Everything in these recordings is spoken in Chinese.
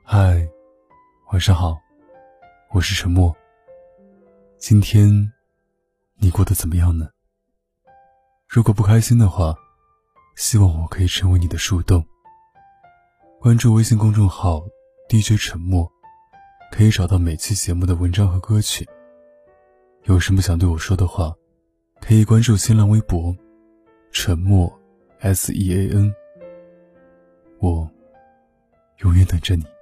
嗨，晚上好，我是沉默。今天你过得怎么样呢？如果不开心的话，希望我可以成为你的树洞。关注微信公众号 DJ 沉默，可以找到每期节目的文章和歌曲。有什么想对我说的话，可以关注新浪微博沉默 SEAN， 我永远等着你。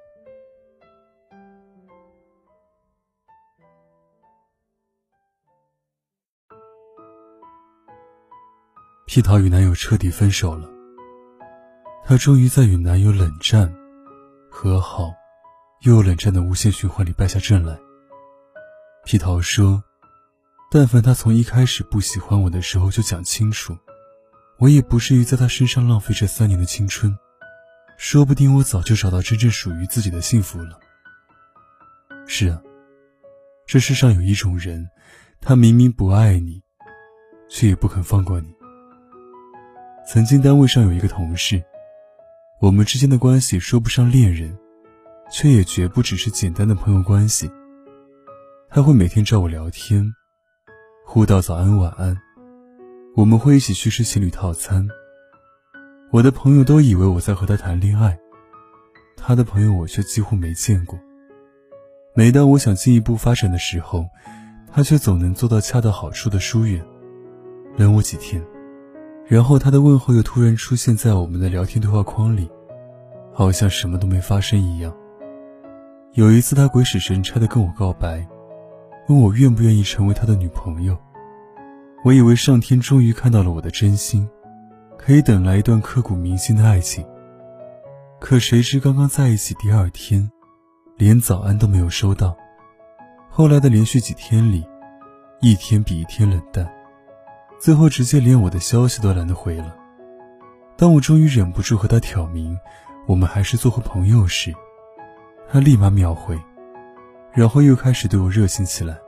屁桃与男友彻底分手了，她终于在与男友冷战、和好又冷战的无限循环里败下阵来。屁桃说，但凡他从一开始不喜欢我的时候就讲清楚，我也不至于在他身上浪费这3年的青春，说不定我早就找到真正属于自己的幸福了。是啊，这世上有一种人，他明明不爱你，却也不肯放过你。曾经单位上有一个同事，我们之间的关系说不上恋人，却也绝不只是简单的朋友关系。他会每天找我聊天，互道早安晚安，我们会一起去吃情侣套餐。我的朋友都以为我在和他谈恋爱，他的朋友我却几乎没见过。每当我想进一步发展的时候，他却总能做到恰到好处的疏远，冷我几天，然后他的问候又突然出现在我们的聊天对话框里，好像什么都没发生一样。有一次他鬼使神差地跟我告白，问我愿不愿意成为他的女朋友。我以为上天终于看到了我的真心，可以等来一段刻骨铭心的爱情。可谁知刚刚在一起第2天，连早安都没有收到。后来的连续几天里，一天比一天冷淡，最后直接连我的消息都懒得回了。当我终于忍不住和他挑明我们还是做回朋友时，他立马秒回，然后又开始对我热情起来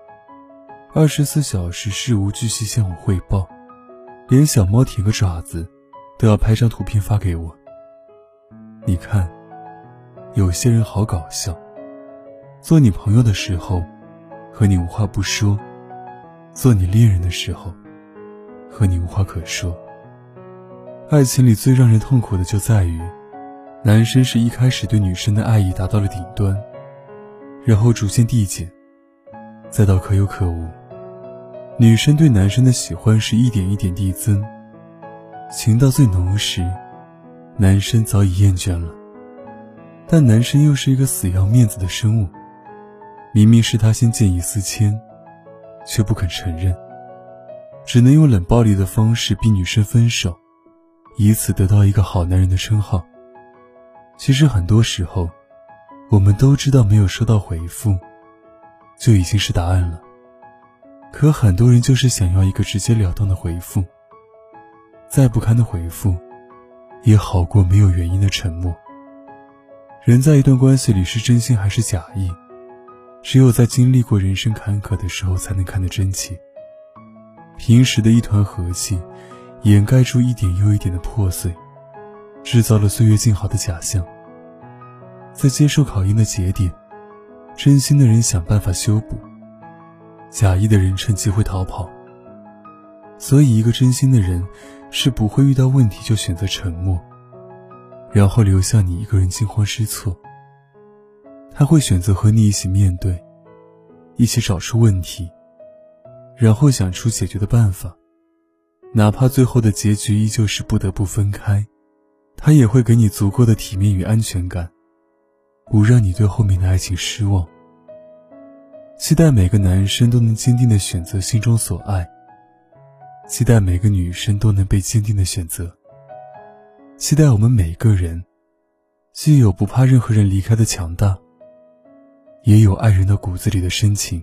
，24小时事无巨细向我汇报，连小猫舔个爪子都要拍张图片发给我。你看，有些人好搞笑，做你朋友的时候和你无话不说，做你恋人的时候和你无话可说。爱情里最让人痛苦的就在于，男生是一开始对女生的爱意达到了顶端，然后逐渐递减，再到可有可无。女生对男生的喜欢是一点一点递增，情到最浓时，男生早已厌倦了。但男生又是一个死要面子的生物，明明是他先见异思迁，却不肯承认，只能用冷暴力的方式逼女生分手，以此得到一个好男人的称号。其实很多时候，我们都知道没有收到回复就已经是答案了，可很多人就是想要一个直截了当的回复，再不堪的回复也好过没有原因的沉默。人在一段关系里是真心还是假意，只有在经历过人生坎坷的时候才能看得真切。平时的一团和气掩盖住一点又一点的破碎，制造了岁月静好的假象。在接受考验的节点，真心的人想办法修补，假意的人趁机会逃跑。所以一个真心的人是不会遇到问题就选择沉默，然后留下你一个人惊慌失措。他会选择和你一起面对，一起找出问题，然后想出解决的办法。哪怕最后的结局依旧是不得不分开，他也会给你足够的体面与安全感，不让你对后面的爱情失望。期待每个男生都能坚定地选择心中所爱，期待每个女生都能被坚定地选择，期待我们每个人既有不怕任何人离开的强大，也有爱人的骨子里的深情。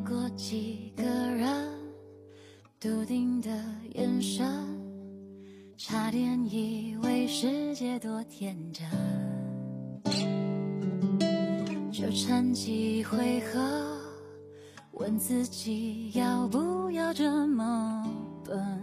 几个人，笃定的眼神， 差点以为世界多天真，纠缠几回合，问自己要不要这么笨，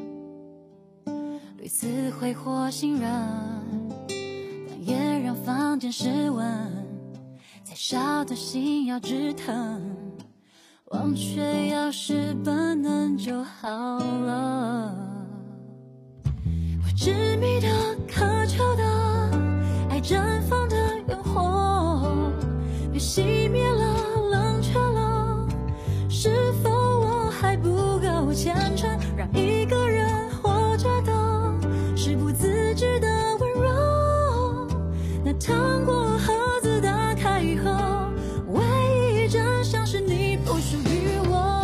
屡次挥霍信任，但也让房间失温，才烧的心要直疼，忘却要是本能就好了。我执迷的、渴求的爱绽放的烟火，被熄灭了，冷却了，是否我还不够虔诚，让一个人活着的是不自知的温柔。那糖果盒子打开后，唯一真相是你不属于我。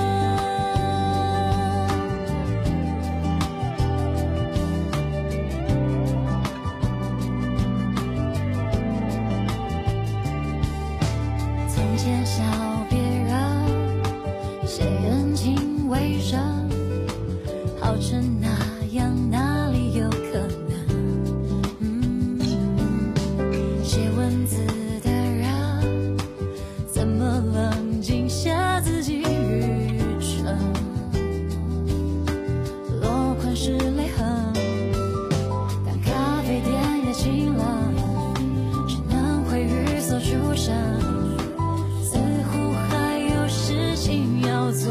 从前笑别人，谁人情未深，好成那样哪里有可能？写文字的人怎么冷静下自己愚蠢？落款是泪痕，当咖啡店也清了，只能回寓所出神，似乎还有事情要做。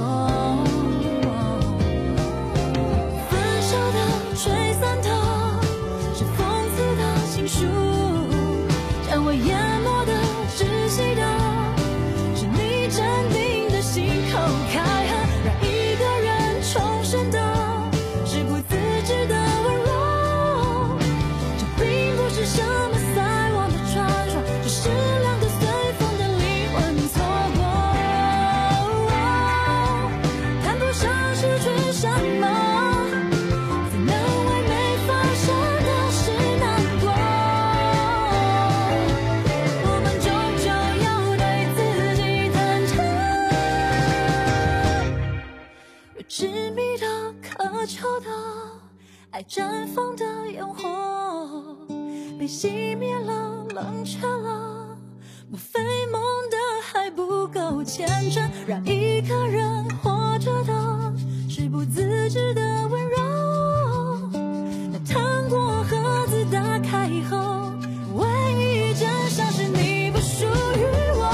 分手的、吹散的，是讽刺的情书，将我淹没的、窒息的，是你坚定的心口开合，让一个人重生的，是不自知的温柔。这并不是什么赛网的传说，只是两个随风的灵魂错过，谈不上失去什么，才能为没发生的事难过。我们终究要对自己坦诚，若执迷的、渴求的爱绽放的烟火，被熄灭了，冷却了，莫非梦的还不够虔诚，让一个人活着的是不自知的温柔。那糖果盒子打开后，唯一真相是你不属于我。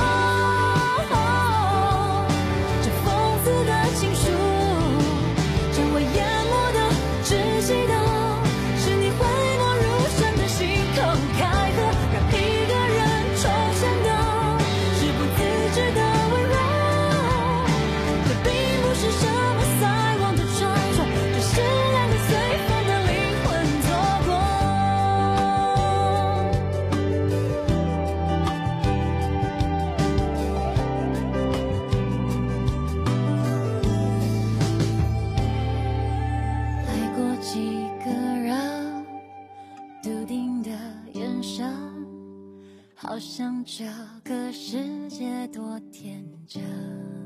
这讽刺的情书，将我淹没的、窒息的，是你挥墨如神的心口开合，让一个人重生的，是不自知的温柔。这并不是什么赛网的传说，只是两个随风的灵魂错过。爱过几个人，笃定的眼神，好像这个世界多天真。